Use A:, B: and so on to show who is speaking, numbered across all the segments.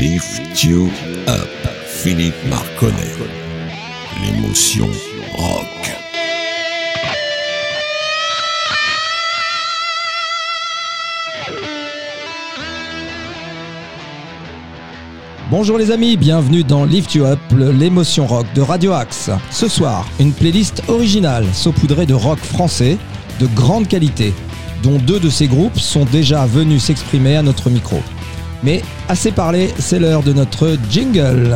A: Lift You Up, Philippe Marconnet. L'émotion rock.
B: Bonjour les amis, bienvenue dans Lift You Up, l'émotion rock de Radio Axe. Ce soir, une playlist originale saupoudrée de rock français de grande qualité, dont 2 de ces groupes sont déjà venus s'exprimer à notre micro. Mais assez parlé, c'est l'heure de notre jingle.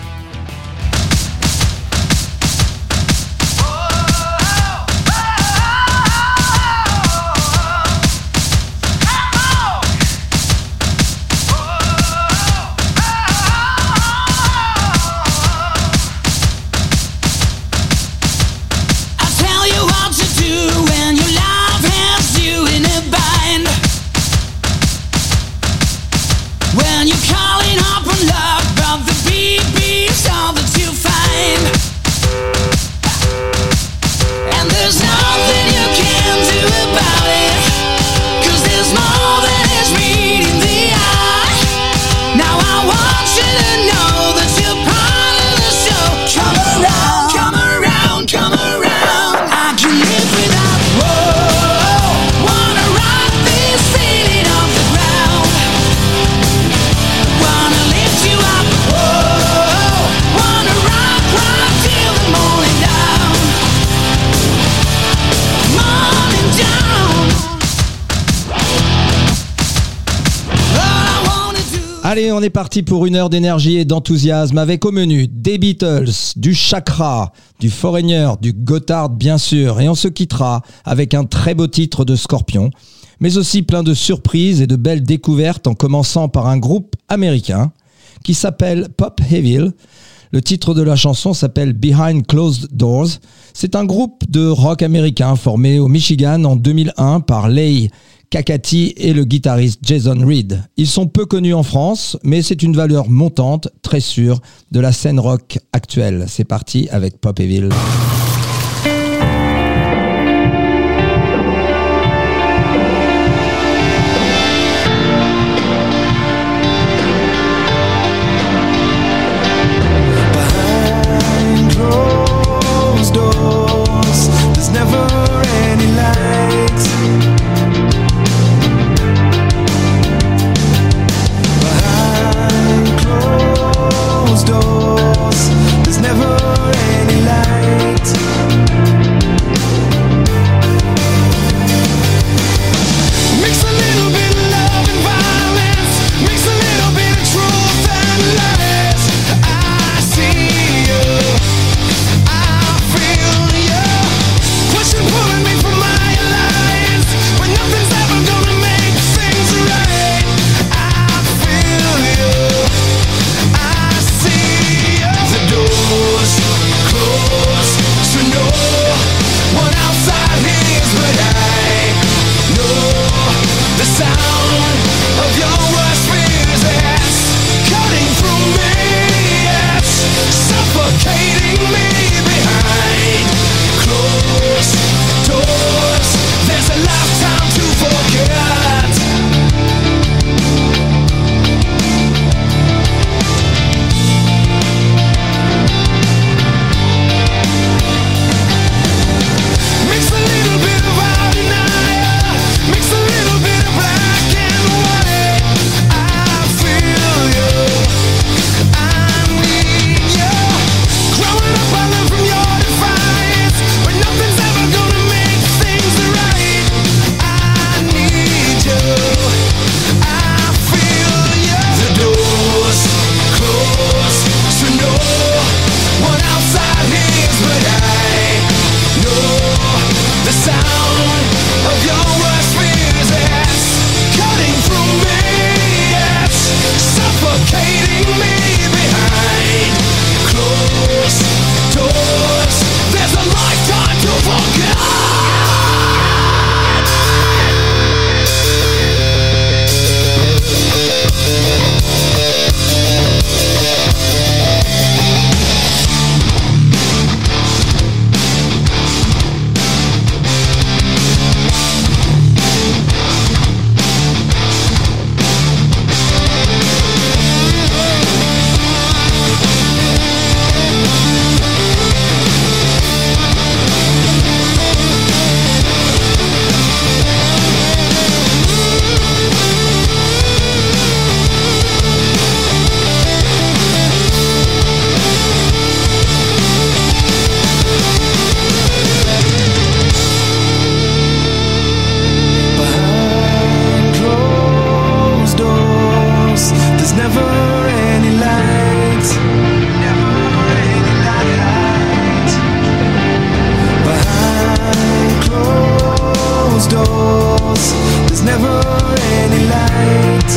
B: Allez, on est parti pour une heure d'énergie et d'enthousiasme avec au menu des Beatles, du Chakra, du Foreigner, du Gotthard bien sûr. Et on se quittera avec un très beau titre de Scorpions, mais aussi plein de surprises et de belles découvertes en commençant par un groupe américain qui s'appelle Pop Evil. Le titre de la chanson s'appelle Behind Closed Doors. C'est un groupe de rock américain formé au Michigan en 2001 par Leigh Kakati et le guitariste Jason Reed. Ils sont peu connus en France, mais c'est une valeur montante, très sûre, de la scène rock actuelle. C'est parti avec Pop Evil.
C: There's never any light. closed doors, there's never any light.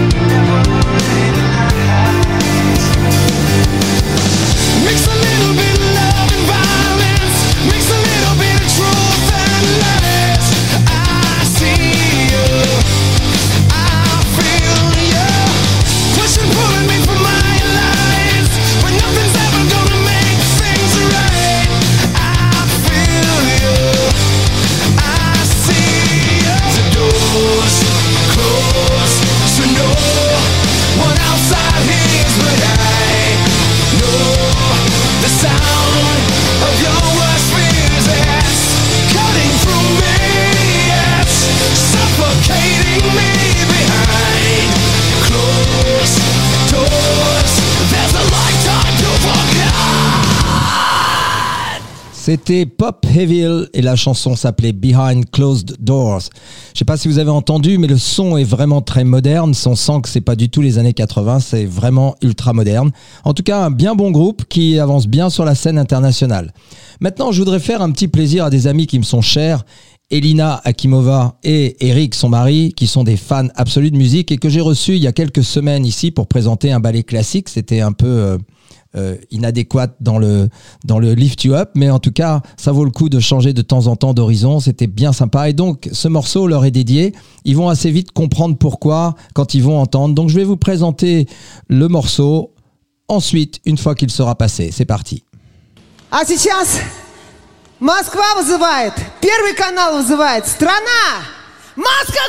C: Mix a little bit of love and violence, mix a little bit of truth and lies. I see you, I feel you, pushing, pulling me from my lies, but nothing's ever gonna make things right. I feel you, I see you. The doors close, so no one outside hears, but I know the sound of your worst fears. It's cutting through me, it's suffocating me behind closed doors. There's a lifetime to forget.
B: C'était Pop Evil et la chanson s'appelait Behind Closed Doors. Je sais pas si vous avez entendu, mais le son est vraiment très moderne. On sent que c'est pas du tout les années 80, c'est vraiment ultra moderne. En tout cas, un bien bon groupe qui avance bien sur la scène internationale. Maintenant, je voudrais faire un petit plaisir à des amis qui me sont chers. Elina Akimova et Eric, son mari, qui sont des fans absolus de musique et que j'ai reçus il y a quelques semaines ici pour présenter un ballet classique. C'était un peu inadéquate dans le Lift You Up, mais en tout cas ça vaut le coup de changer de temps en temps d'horizon, c'était bien sympa et donc ce morceau leur est dédié. Ils vont assez vite comprendre pourquoi quand ils vont entendre, donc je vais vous présenter le morceau ensuite une fois qu'il sera passé. C'est parti.
D: А сейчас Москва вызывает, Первый канал вызывает, страна, Москва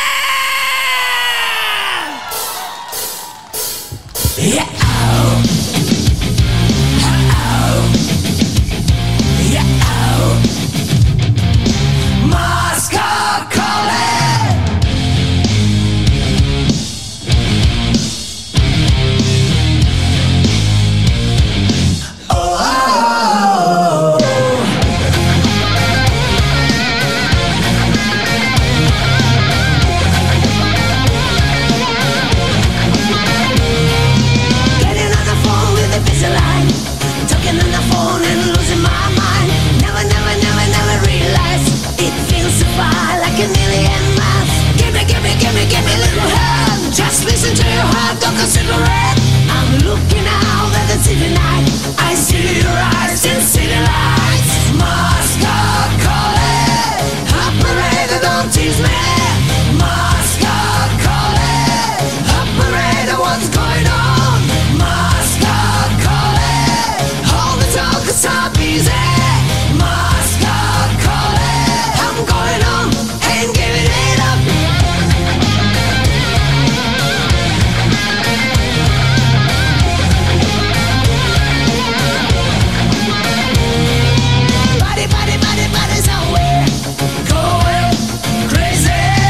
D: Calling! Moscow calling. Oh, oh, oh. Getting on the phone with a busy line, talking on the phone and losing my mind. Never, never, never, never realize it feels so far, like a million miles. Give me, give me, give me, give me a little hand. Just listen to your heart, don't consider it. I'm looking out at the city night. I see your eyes in city lights. Moscow calling, operator, don't tease me. Moscow calling, operator, what's going on? Moscow calling, all the talk is up easy. Body, body, body, body's away, going crazy.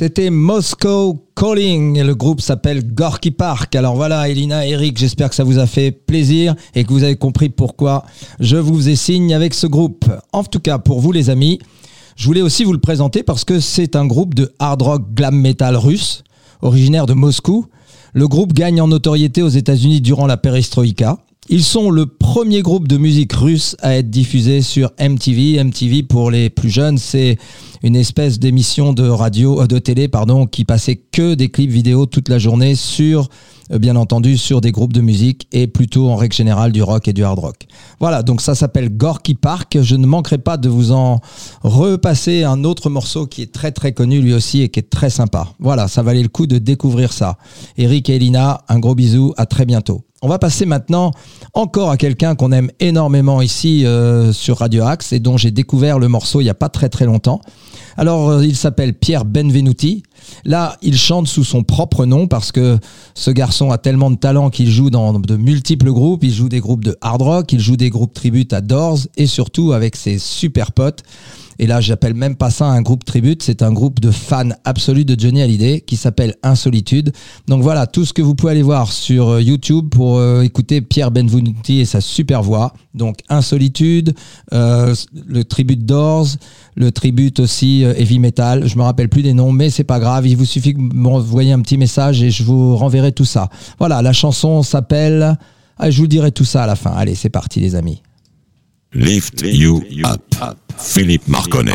B: C'était Moscow Calling et le groupe s'appelle Gorky Park. Alors voilà, Elina, Eric, j'espère que ça vous a fait plaisir et que vous avez compris pourquoi je vous ai signe avec ce groupe. En tout cas, pour vous les amis, je voulais aussi vous le présenter parce que c'est un groupe de hard rock glam metal russe, originaire de Moscou. Le groupe gagne en notoriété aux États-Unis durant la perestroïka. Ils sont le premier groupe de musique russe à être diffusé sur MTV. MTV, pour les plus jeunes, c'est une espèce d'émission de télé, qui passait que des clips vidéo toute la journée sur, bien entendu, sur des groupes de musique et plutôt en règle générale du rock et du hard rock. Voilà, donc ça s'appelle Gorky Park. Je ne manquerai pas de vous en repasser un autre morceau qui est très très connu lui aussi et qui est très sympa. Voilà, ça valait le coup de découvrir ça. Eric et Elina, un gros bisou, à très bientôt. On va passer maintenant encore à quelqu'un qu'on aime énormément ici sur Radio Axe et dont j'ai découvert le morceau il n'y a pas très très longtemps. Alors il s'appelle Pierre Benvenuti. Là il chante sous son propre nom parce que ce garçon a tellement de talent qu'il joue dans de multiples groupes. Il joue des groupes de hard rock, il joue des groupes tributes à Doors et surtout avec ses super potes. Et là, j'appelle même pas ça un groupe tribute, c'est un groupe de fans absolus de Johnny Hallyday qui s'appelle Insolitude. Donc voilà, tout ce que vous pouvez aller voir sur YouTube pour écouter Pierre Benvenuti et sa super voix. Donc Insolitude, le tribute Doors, le tribute aussi Heavy Metal. Je me rappelle plus des noms, mais c'est pas grave. Il vous suffit que vous m'envoyez un petit message et je vous renverrai tout ça. Voilà, la chanson s'appelle... je vous dirai tout ça à la fin. Allez, c'est parti les amis.
A: Lift You Up, Philippe Marconnet.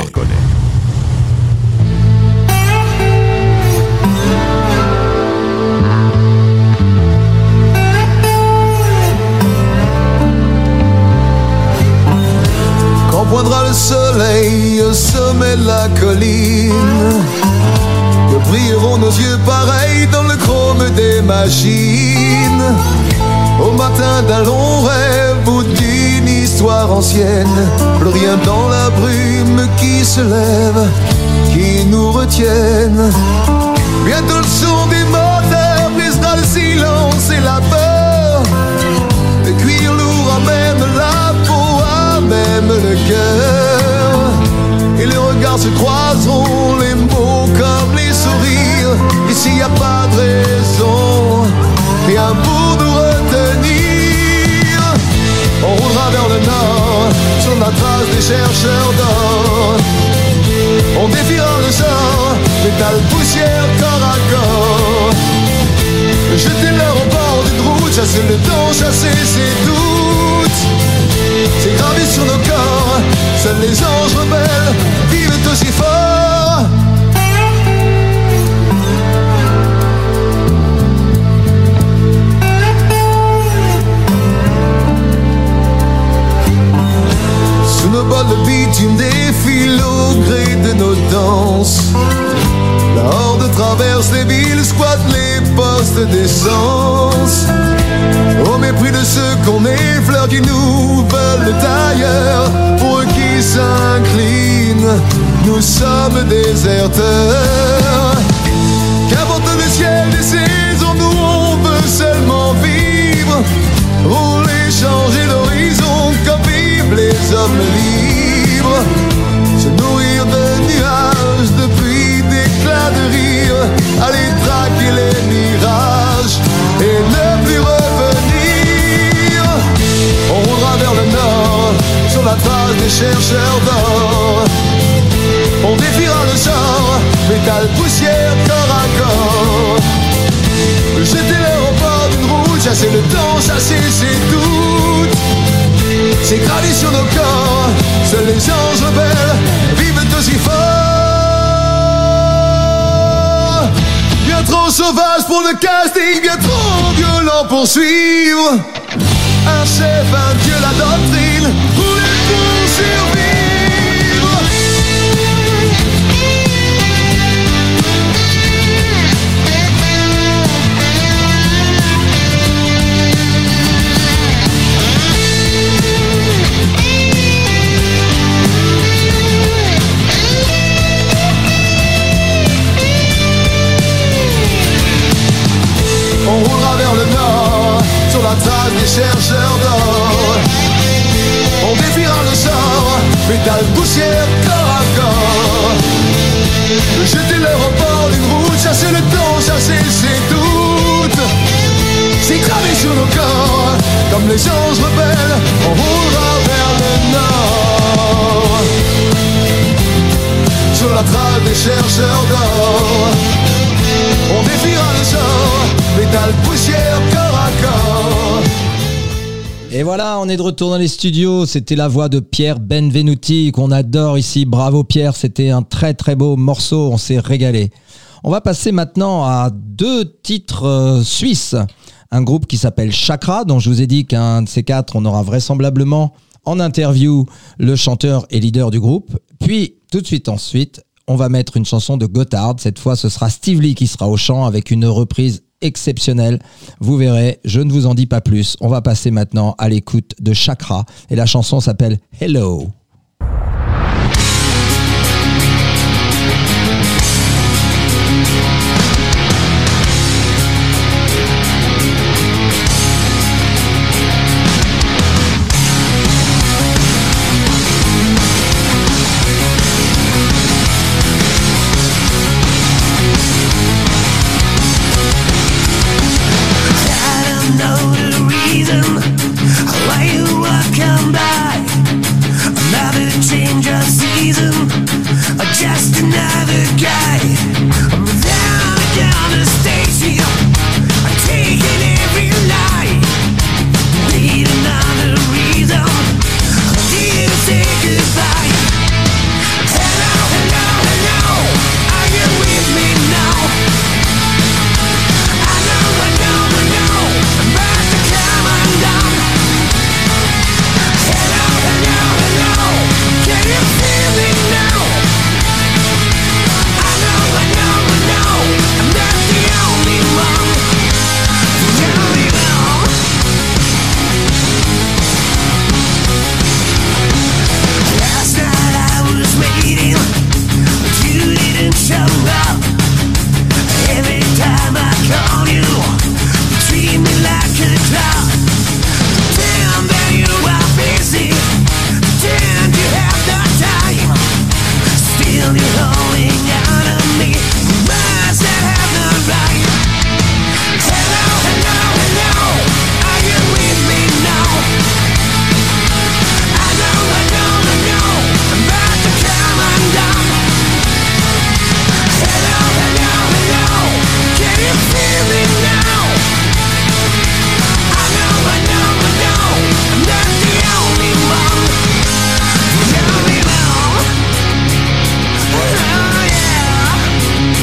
C: Quand poindra le soleil au sommet de la colline, que brilleront nos yeux pareils dans le chrome des machines. Au matin d'un long rêve ou d'une histoire ancienne, plus rien dans la brume qui se lève, qui nous retienne. Bientôt le son des moteurs brisera le silence et la peur. Le cuir lourd amène la peau, amène le cœur. Et les regards se croiseront, les mots comme les sourires. Ici y a pas de raison, rien pour nous retenir. On roulera vers le nord, sur la trace des chercheurs d'or. On défiera le sort, métal, poussière, corps à corps. Jetez-leur au bord d'une route, chasser le temps, chasser ses doutes. C'est gravé sur nos corps, seuls les anges rebelles vivent aussi fort. Sous nos bottes de bitume défile au gré de nos danses. La horde traverse les villes, squatte les postes d'essence. Au mépris de ceux qu'on effleure, qui nous veulent ailleurs. Pour eux qui s'inclinent, nous sommes déserteurs. Qu'importe le ciel des saisons, nous on veut seulement vivre. Rouler, changer l'horizon comme vivent les hommes libres. Se nourrir de nuages, de pluie, d'éclats de rire. Aller traquer les mirages et ne plus revenir. On roulera vers le nord, sur la trace des chercheurs d'or. On défiera le sort, métal, poussière, corps à corps. Jetez-leur au bord d'une route, chasser le temps, chasser ses doutes. C'est gravé sur nos corps, seuls les anges rebelles vivent aussi fort. Bien trop sauvage pour le casting, bien trop violent pour suivre. Un chef, un dieu, la doctrine, rouler pour survivre. On roulera vers le nord, sur la trace des chercheurs d'or. On défiera le sort, métal, poussière, corps à corps. Jetez-leur au bord d'une chasser le temps, chasser ces doutes. C'est gravé sur nos corps, comme les anges rebelles, on roulera vers le nord. Sur la trace des chercheurs d'or, on défiera le sort, métal, poussière, corps à corps.
B: Et voilà, on est de retour dans les studios. C'était la voix de Pierre Benvenuti qu'on adore ici. Bravo Pierre, c'était un très très beau morceau, on s'est régalé. On va passer maintenant à 2 titres suisses. Un groupe qui s'appelle Chakra, dont je vous ai dit qu'un de ces 4, on aura vraisemblablement en interview le chanteur et leader du groupe. Puis, tout de suite ensuite, on va mettre une chanson de Gotthard. Cette fois, ce sera Steve Lee qui sera au chant avec une reprise exceptionnelle. Vous verrez, je ne vous en dis pas plus. On va passer maintenant à l'écoute de Chakra. Et la chanson s'appelle Hello.
D: Just another guy. I'm down the station. I'm taking every lie. Need another reason. I need to say goodbye. Hello, hello, hello. Are you with me now? I know. I'm about to come undone. Hello, hello, hello. Can you feel me now? I'm not the only one. The only one. Last night I was waiting, but you didn't show up. Every time I call you, you treat me like a clown. Pretend that you are busy, pretend you have no time. Still you're holding out on me. Must not have no right. Hello, hello, hello. Are you with me now? I know. I'm about to come undone. Hello, hello, hello. Can you feel me now? I know. I'm not the only one. The only one. Oh yeah.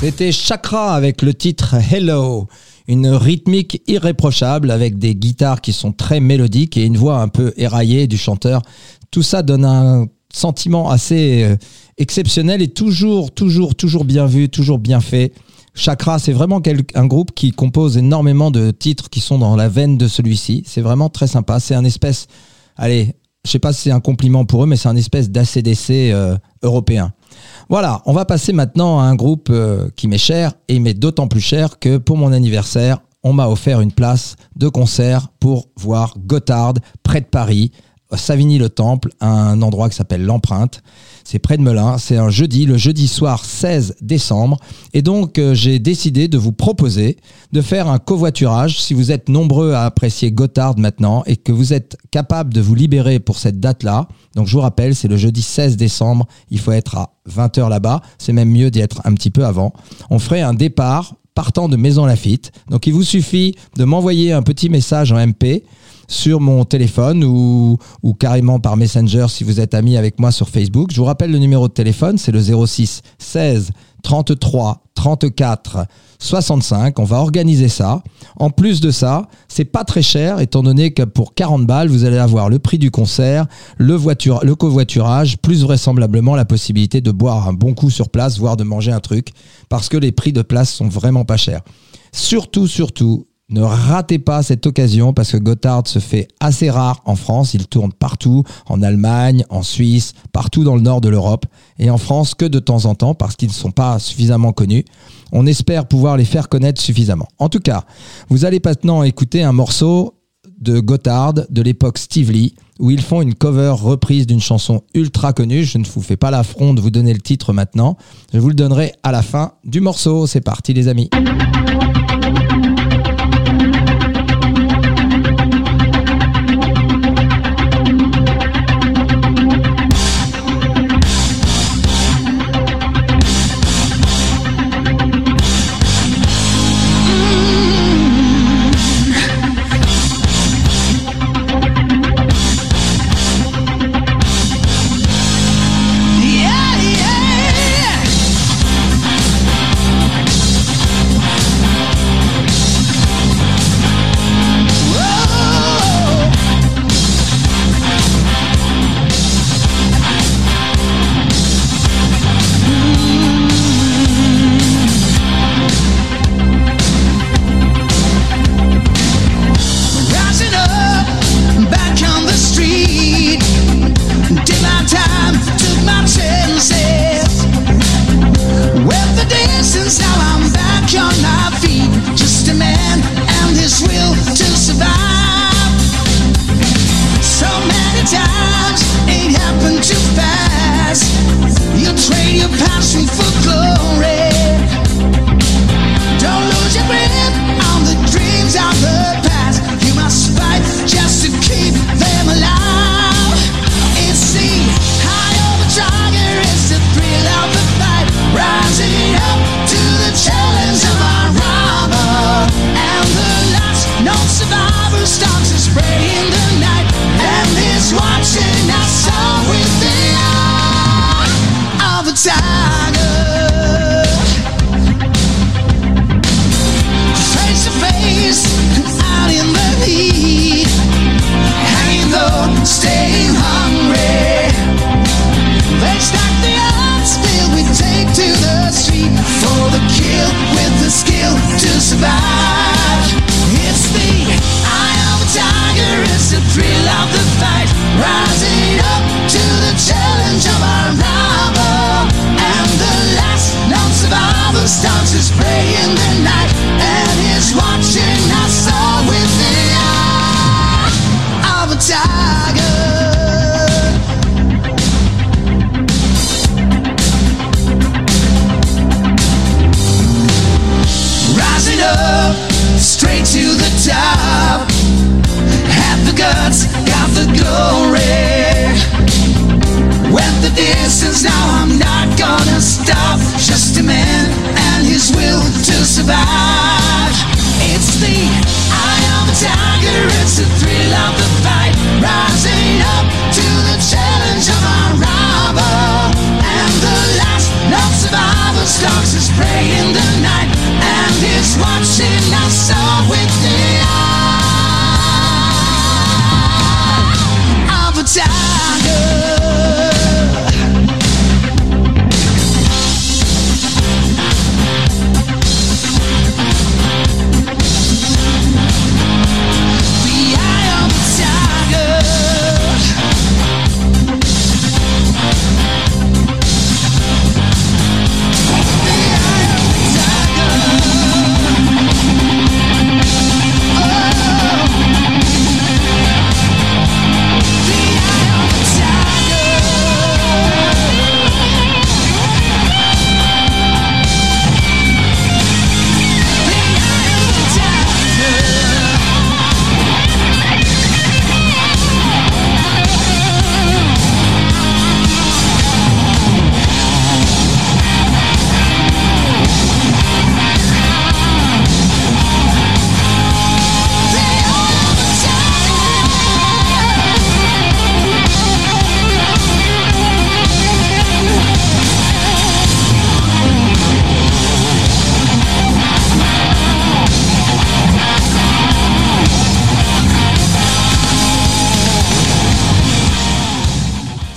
B: C'était Chakra avec le titre Hello, une rythmique irréprochable avec des guitares qui sont très mélodiques et une voix un peu éraillée du chanteur. Tout ça donne un sentiment assez exceptionnel et toujours bien vu, toujours bien fait. Chakra, c'est vraiment un groupe qui compose énormément de titres qui sont dans la veine de celui-ci. C'est vraiment très sympa. C'est un espèce, allez, je sais pas si c'est un compliment pour eux, mais c'est un espèce d'ACDC européen. Voilà, on va passer maintenant à un groupe qui m'est cher, et il m'est d'autant plus cher que pour mon anniversaire, on m'a offert une place de concert pour voir Gotthard, près de Paris, à Savigny-le-Temple, un endroit qui s'appelle l'Empreinte. C'est près de Melun, c'est un jeudi, le jeudi soir 16 décembre. Et donc, j'ai décidé de vous proposer de faire un covoiturage. Si vous êtes nombreux à apprécier Gotthard maintenant et que vous êtes capable de vous libérer pour cette date-là, donc je vous rappelle, c'est le jeudi 16 décembre, il faut être à 20h là-bas, c'est même mieux d'y être un petit peu avant. On ferait un départ partant de Maison Lafitte. Donc, il vous suffit de m'envoyer un petit message en MP sur mon téléphone ou carrément par Messenger si vous êtes amis avec moi sur Facebook. Je vous rappelle le numéro de téléphone, c'est le 06 16 33 34 65. On va organiser ça. En plus de ça, c'est pas très cher étant donné que pour 40 balles, vous allez avoir le prix du concert, le covoiturage, plus vraisemblablement la possibilité de boire un bon coup sur place, voire de manger un truc, parce que les prix de place sont vraiment pas chers. Surtout, ne ratez pas cette occasion parce que Gotthard se fait assez rare en France. Il tourne partout, en Allemagne, en Suisse, partout dans le nord de l'Europe. Et en France, que de temps en temps parce qu'ils ne sont pas suffisamment connus. On espère pouvoir les faire connaître suffisamment. En tout cas, vous allez maintenant écouter un morceau de Gotthard de l'époque Steve Lee où ils font une cover reprise d'une chanson ultra connue. Je ne vous fais pas l'affront de vous donner le titre maintenant. Je vous le donnerai à la fin du morceau. C'est parti les amis.
C: Yeah, yeah.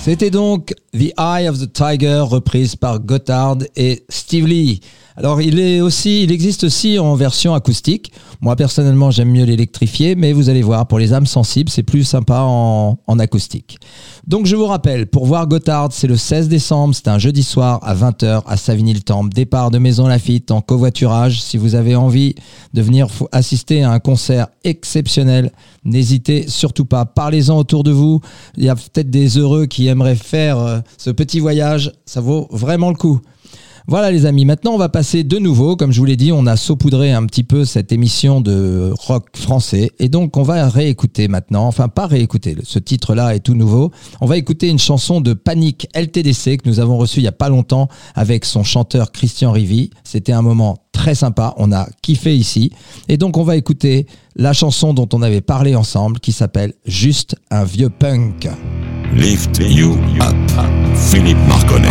B: C'était donc The Eye of the Tiger, reprise par Gotthard et Steve Lee. Alors il existe aussi en version acoustique. Moi personnellement j'aime mieux l'électrifier, mais vous allez voir, pour les âmes sensibles, c'est plus sympa en acoustique. Donc je vous rappelle, pour voir Gotthard, c'est le 16 décembre, c'est un jeudi soir à 20h à Savigny-le-Temple. Départ de Maison Lafitte en covoiturage. Si vous avez envie de venir assister à un concert exceptionnel, n'hésitez surtout pas. Parlez-en autour de vous. Il y a peut-être des heureux qui aimeraient faire ce petit voyage. Ça vaut vraiment le coup. Voilà les amis, maintenant on va passer de nouveau, comme je vous l'ai dit, on a saupoudré un petit peu cette émission de rock français et donc on va réécouter maintenant, enfin pas réécouter, ce titre-là est tout nouveau, on va écouter une chanson de Panic LTDC que nous avons reçue il n'y a pas longtemps avec son chanteur Christian Rivy. C'était un moment très sympa, on a kiffé ici et donc on va écouter la chanson dont on avait parlé ensemble qui s'appelle Juste un vieux punk.
A: Lift You Up, Philippe Marconnet.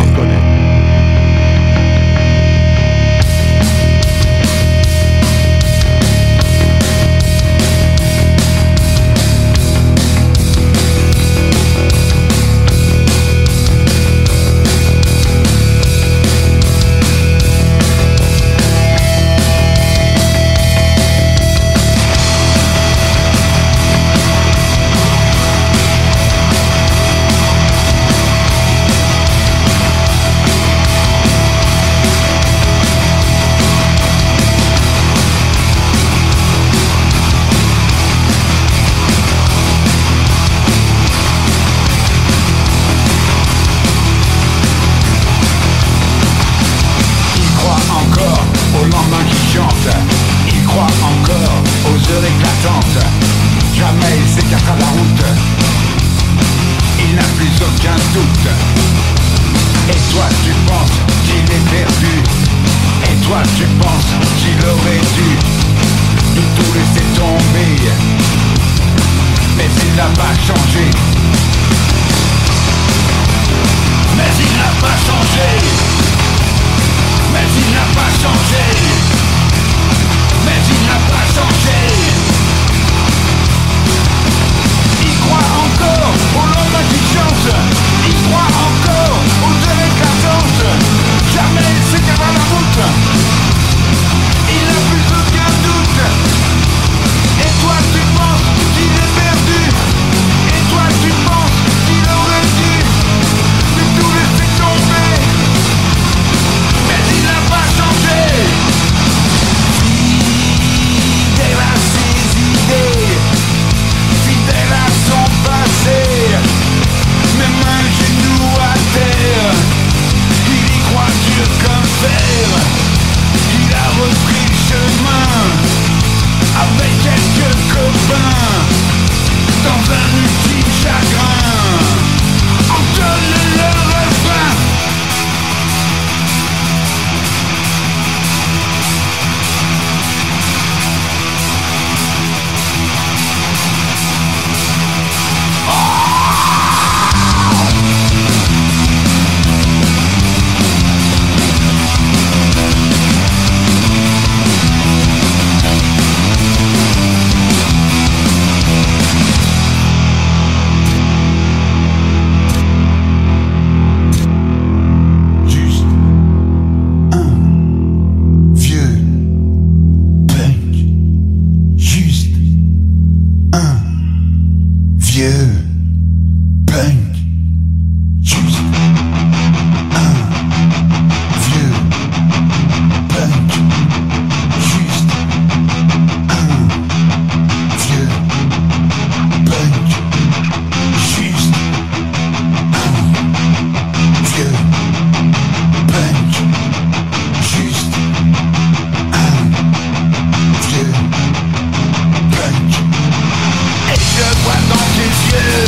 C: Je vois dans tes yeux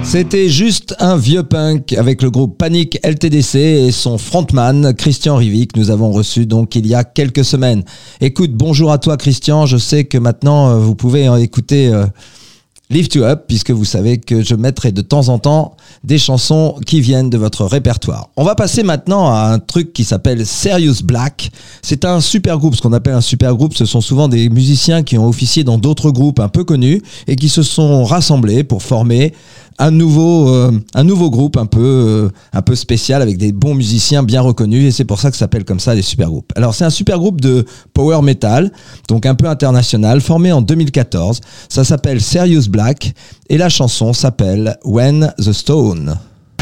B: C'était juste un vieux punk avec le groupe Panic LTDC et son frontman Christian Rivy que nous avons reçu donc il y a quelques semaines. Écoute, bonjour à toi Christian, je sais que maintenant vous pouvez écouter Lift You Up puisque vous savez que je mettrai de temps en temps des chansons qui viennent de votre répertoire. On va passer maintenant à un truc qui s'appelle Serious Black. C'est un super groupe, ce qu'on appelle un super groupe, ce sont souvent des musiciens qui ont officié dans d'autres groupes un peu connus et qui se sont rassemblés pour former un nouveau groupe un peu spécial avec des bons musiciens bien reconnus et c'est pour ça que ça s'appelle comme ça les super groupes. Alors c'est un super groupe de power metal, donc un peu international, formé en 2014. Ça s'appelle Serious Black et la chanson s'appelle When the Stone.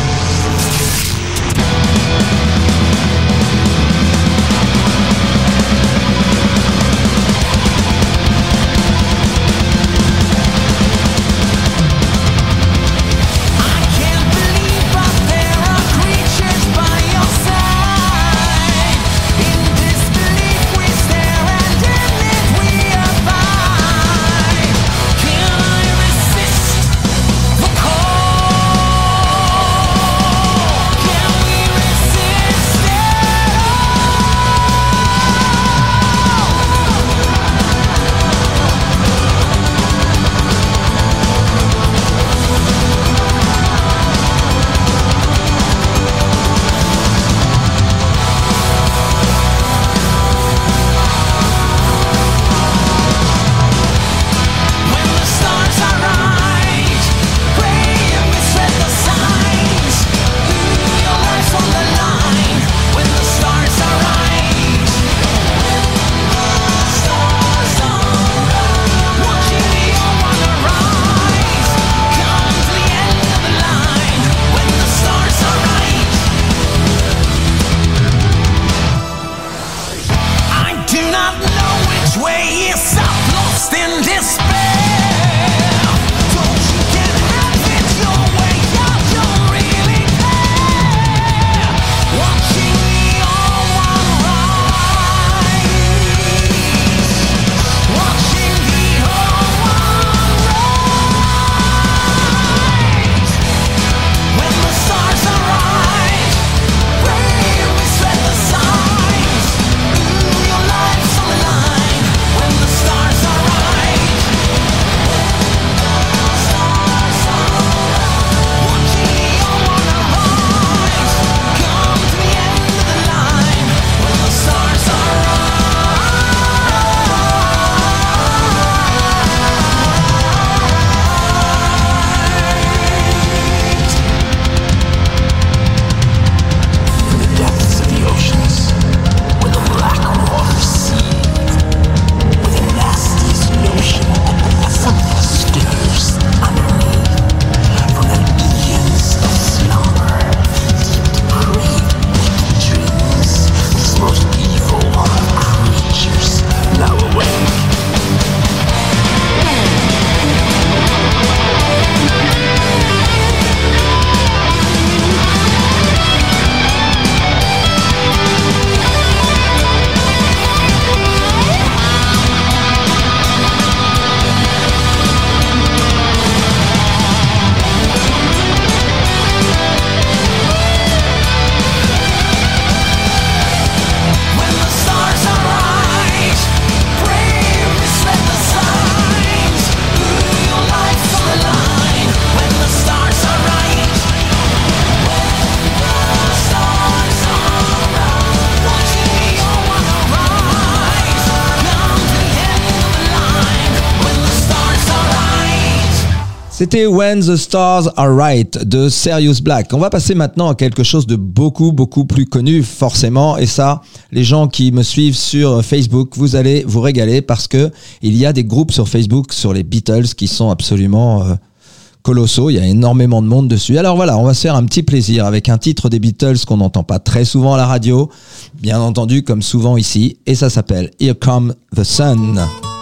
B: C'était When the Stars Are Right de Serious Black. On va passer maintenant à quelque chose de beaucoup plus connu forcément, et ça, les gens qui me suivent sur Facebook, vous allez vous régaler parce que il y a des groupes sur Facebook sur les Beatles qui sont absolument colossaux, il y a énormément de monde dessus. Alors voilà, on va se faire un petit plaisir avec un titre des Beatles qu'on n'entend pas très souvent à la radio, bien entendu comme souvent ici, et ça s'appelle Here Come the Sun.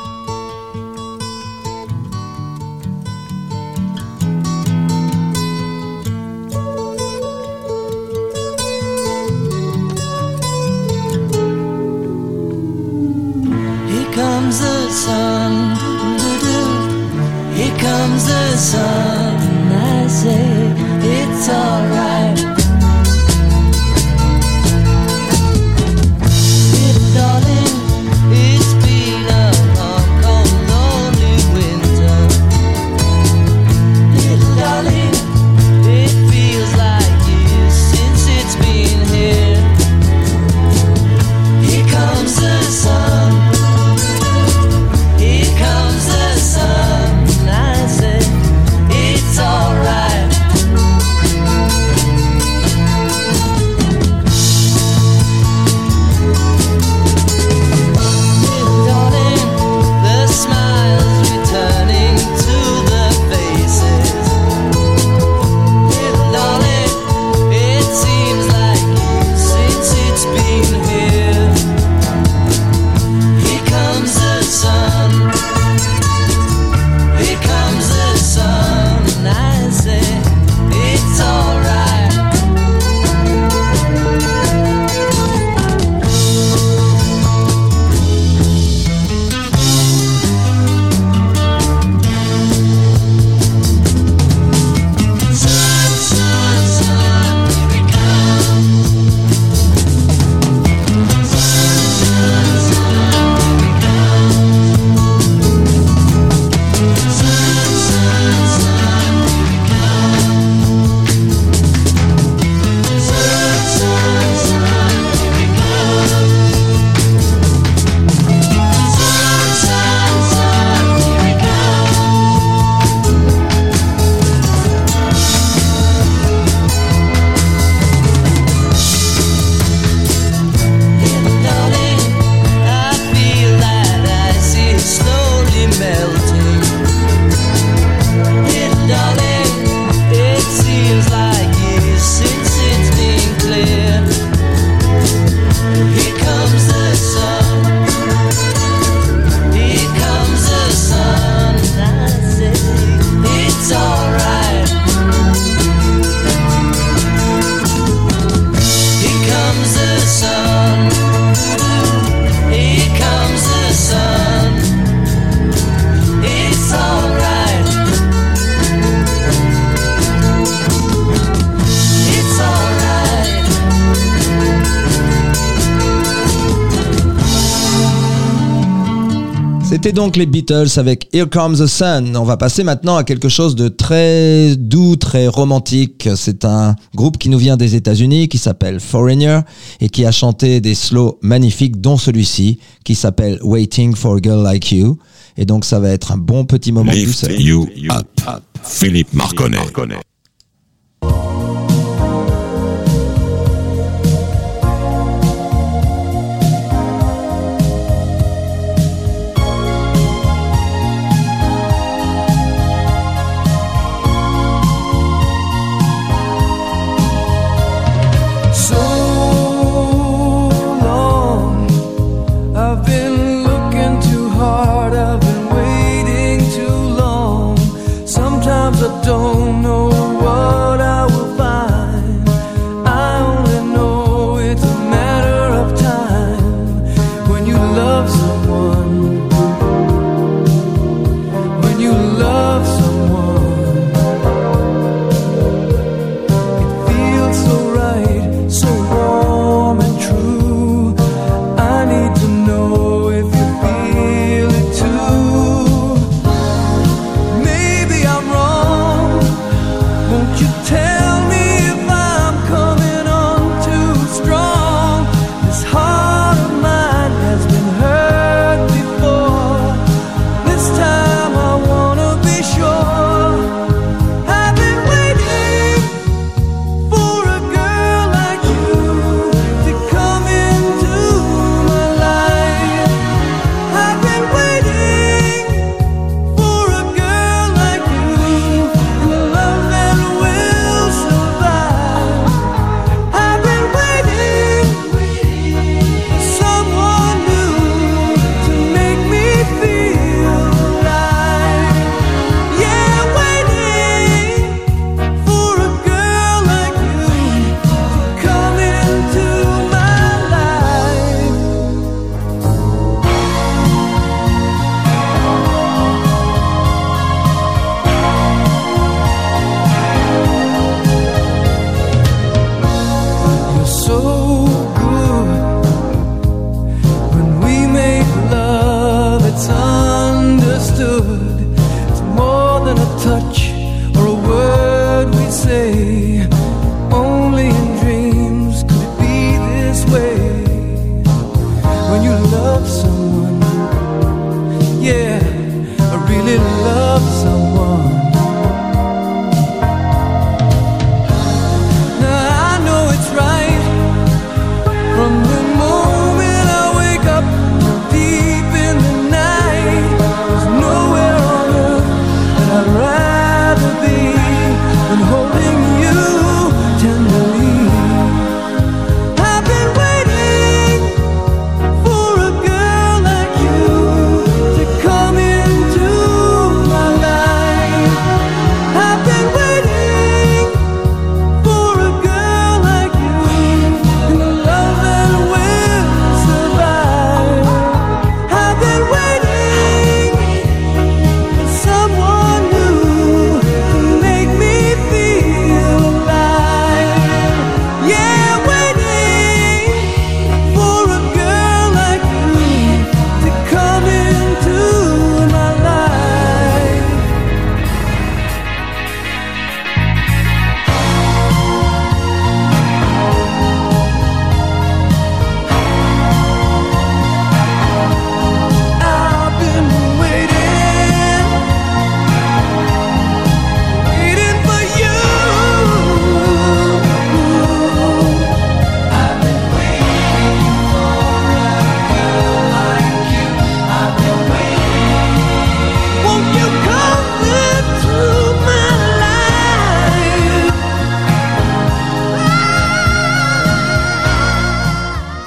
E: Comes the sun, here comes the sun. I say it's alright. Little darling, it's been a hard, cold, lonely winter. Little darling, it feels like years since it's been here. Here comes the sun. Here comes the sun. I say it's alright. Little darling, the smiles returning to the faces. Little darling, it seems like years since it's been here. Here comes the sun. Here comes the sun. I say it's alright. Sun, sun, sun, here it comes. Sun, sun, sun, here it comes. Sun, sun, sun, here it comes. Sun, sun, sun, here it comes. Sun, sun, sun, here it comes. Little darling, I feel that ice is slowly melting. Little darling, it seems like years since it's been clear. Here comes the sun. Here comes the sun. I say it's alright. Here comes the sun. Here comes the sun. It's alright. It's alright.
B: C'était donc les Beatles avec Here Comes the Sun. On va passer maintenant à quelque chose de très doux, très romantique. C'est un groupe qui nous vient des États-Unis, qui s'appelle Foreigner et qui a chanté des slows magnifiques, dont celui-ci, qui s'appelle Waiting for a Girl Like You. Et donc ça va être un bon petit moment de
A: Lift
B: douceur.
A: You Up. Philippe Marconnet.
C: So long, I've been looking too hard, I've been waiting too long. Sometimes I don't know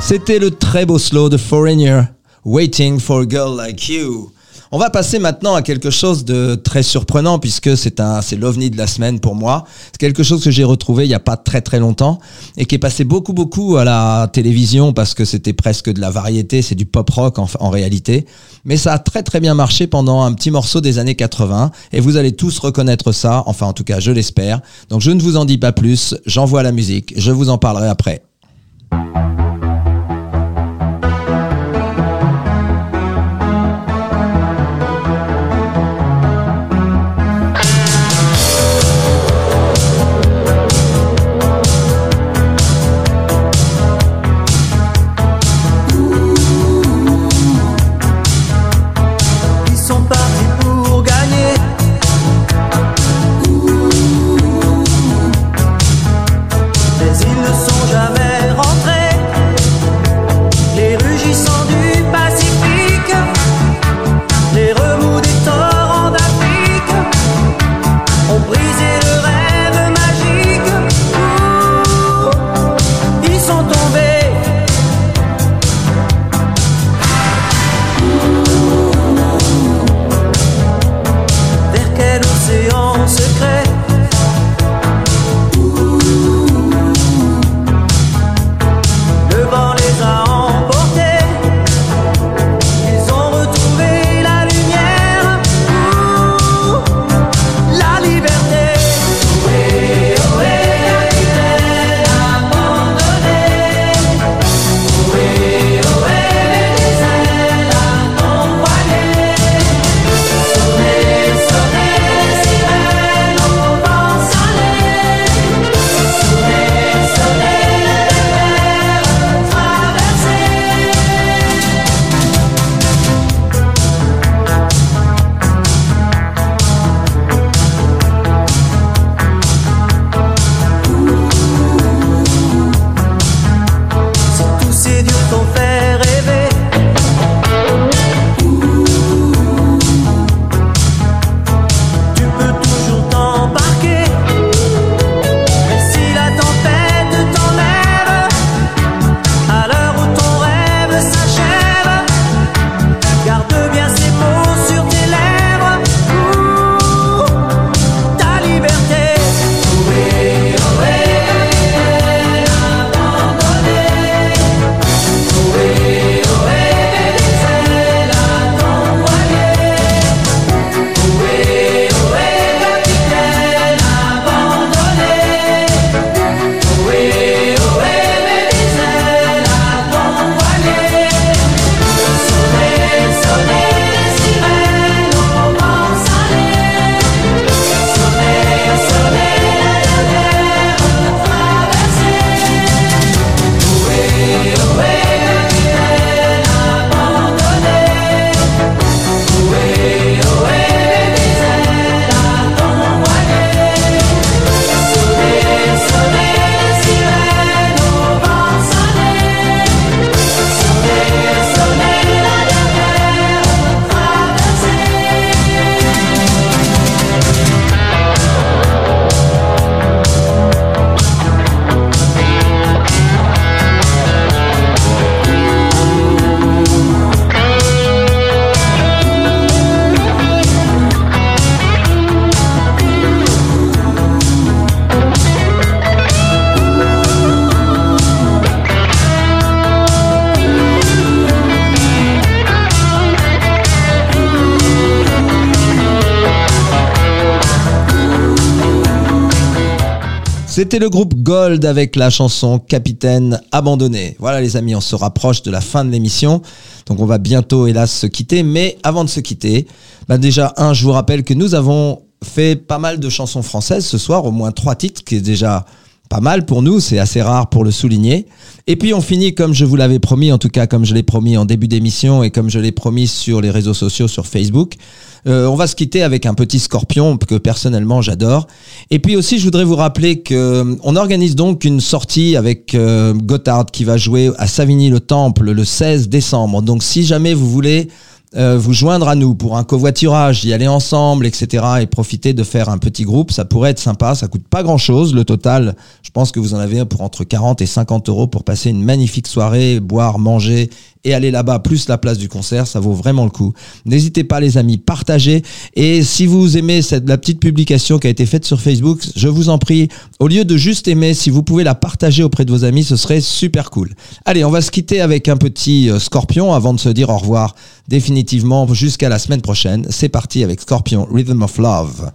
B: C'était le très beau slow de Foreigner, Waiting for a Girl Like You. On va passer maintenant à quelque chose de très surprenant puisque c'est l'ovni de la semaine pour moi. C'est quelque chose que j'ai retrouvé il y a pas très très longtemps et qui est passé beaucoup à la télévision parce que c'était presque de la variété, c'est du pop rock en réalité. Mais ça a très très bien marché pendant un petit morceau des années 80 et vous allez tous reconnaître ça, enfin en tout cas je l'espère. Donc je ne vous en dis pas plus, j'envoie la musique, je vous en parlerai après. C'était le groupe Gold avec la chanson Capitaine Abandonné. Voilà les amis, on se rapproche de la fin de l'émission. Donc on va bientôt hélas se quitter. Mais avant de se quitter, déjà je vous rappelle que nous avons fait pas mal de chansons françaises ce soir, au moins 3 titres, qui est déjà pas mal pour nous, c'est assez rare pour le souligner. Et puis on finit comme je vous l'avais promis, en tout cas comme je l'ai promis en début d'émission et comme je l'ai promis sur les réseaux sociaux, sur Facebook. On va se quitter avec un petit Scorpion que personnellement j'adore. Et puis aussi je voudrais vous rappeler que on organise donc une sortie avec Gotthard qui va jouer à Savigny-le-Temple le 16 décembre. Donc si jamais vous voulez vous joindre à nous pour un covoiturage, y aller ensemble, etc. et profiter de faire un petit groupe, ça pourrait être sympa, ça coûte pas grand chose, le total, je pense que vous en avez pour entre 40 et 50 euros pour passer une magnifique soirée, boire, manger et aller là-bas, plus la place du concert, ça vaut vraiment le coup. N'hésitez pas les amis, partagez, et si vous aimez la petite publication qui a été faite sur Facebook, je vous en prie, au lieu de juste aimer, si vous pouvez la partager auprès de vos amis, ce serait super cool. Allez, on va se quitter avec un petit Scorpion avant de se dire au revoir définitivement jusqu'à la semaine prochaine. C'est parti avec Scorpion, Rhythm of Love.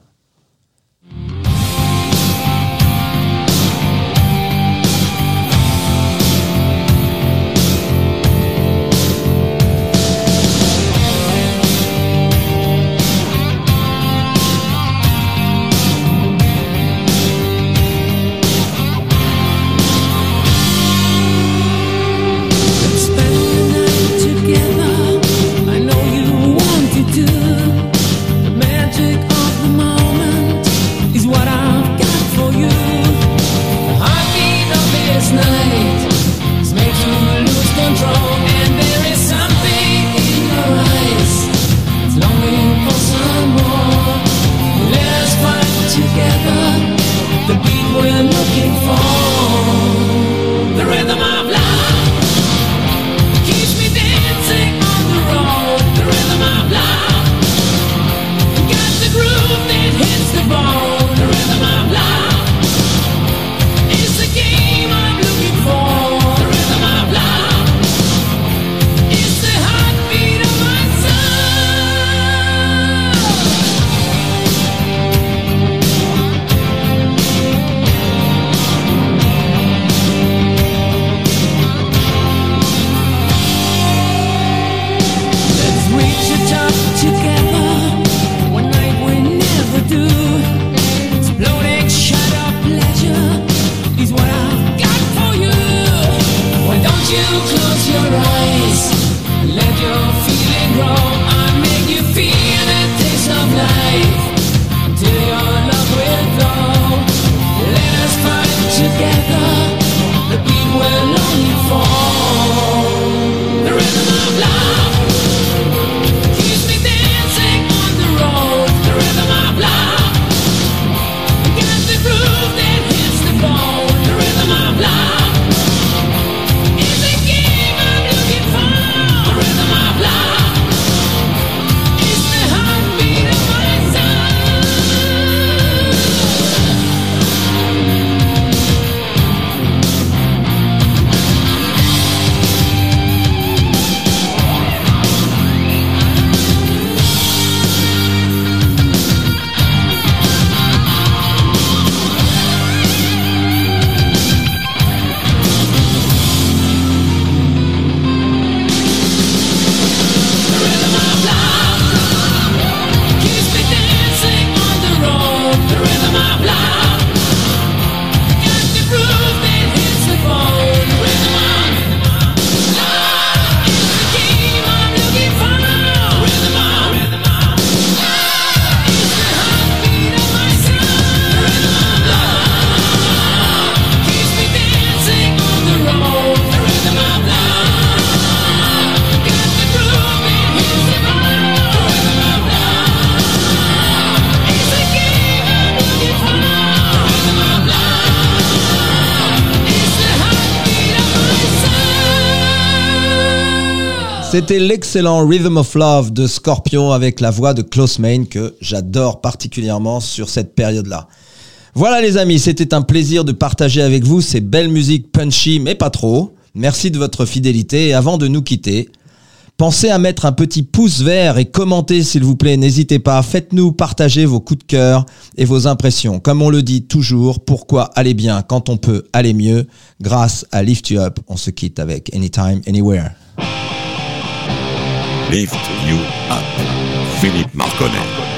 B: C'était l'excellent Rhythm of Love de Scorpion avec la voix de Klaus Meine que j'adore particulièrement sur cette période-là. Voilà les amis, c'était un plaisir de partager avec vous ces belles musiques punchy mais pas trop. Merci de votre fidélité et avant de nous quitter, pensez à mettre un petit pouce vert et commentez s'il vous plaît, n'hésitez pas, faites-nous partager vos coups de cœur et vos impressions. Comme on le dit toujours, pourquoi aller bien quand on peut aller mieux? Grâce à Lift You Up, on se quitte avec Anytime, Anywhere.
A: Lift You Up, Philippe Marconnet.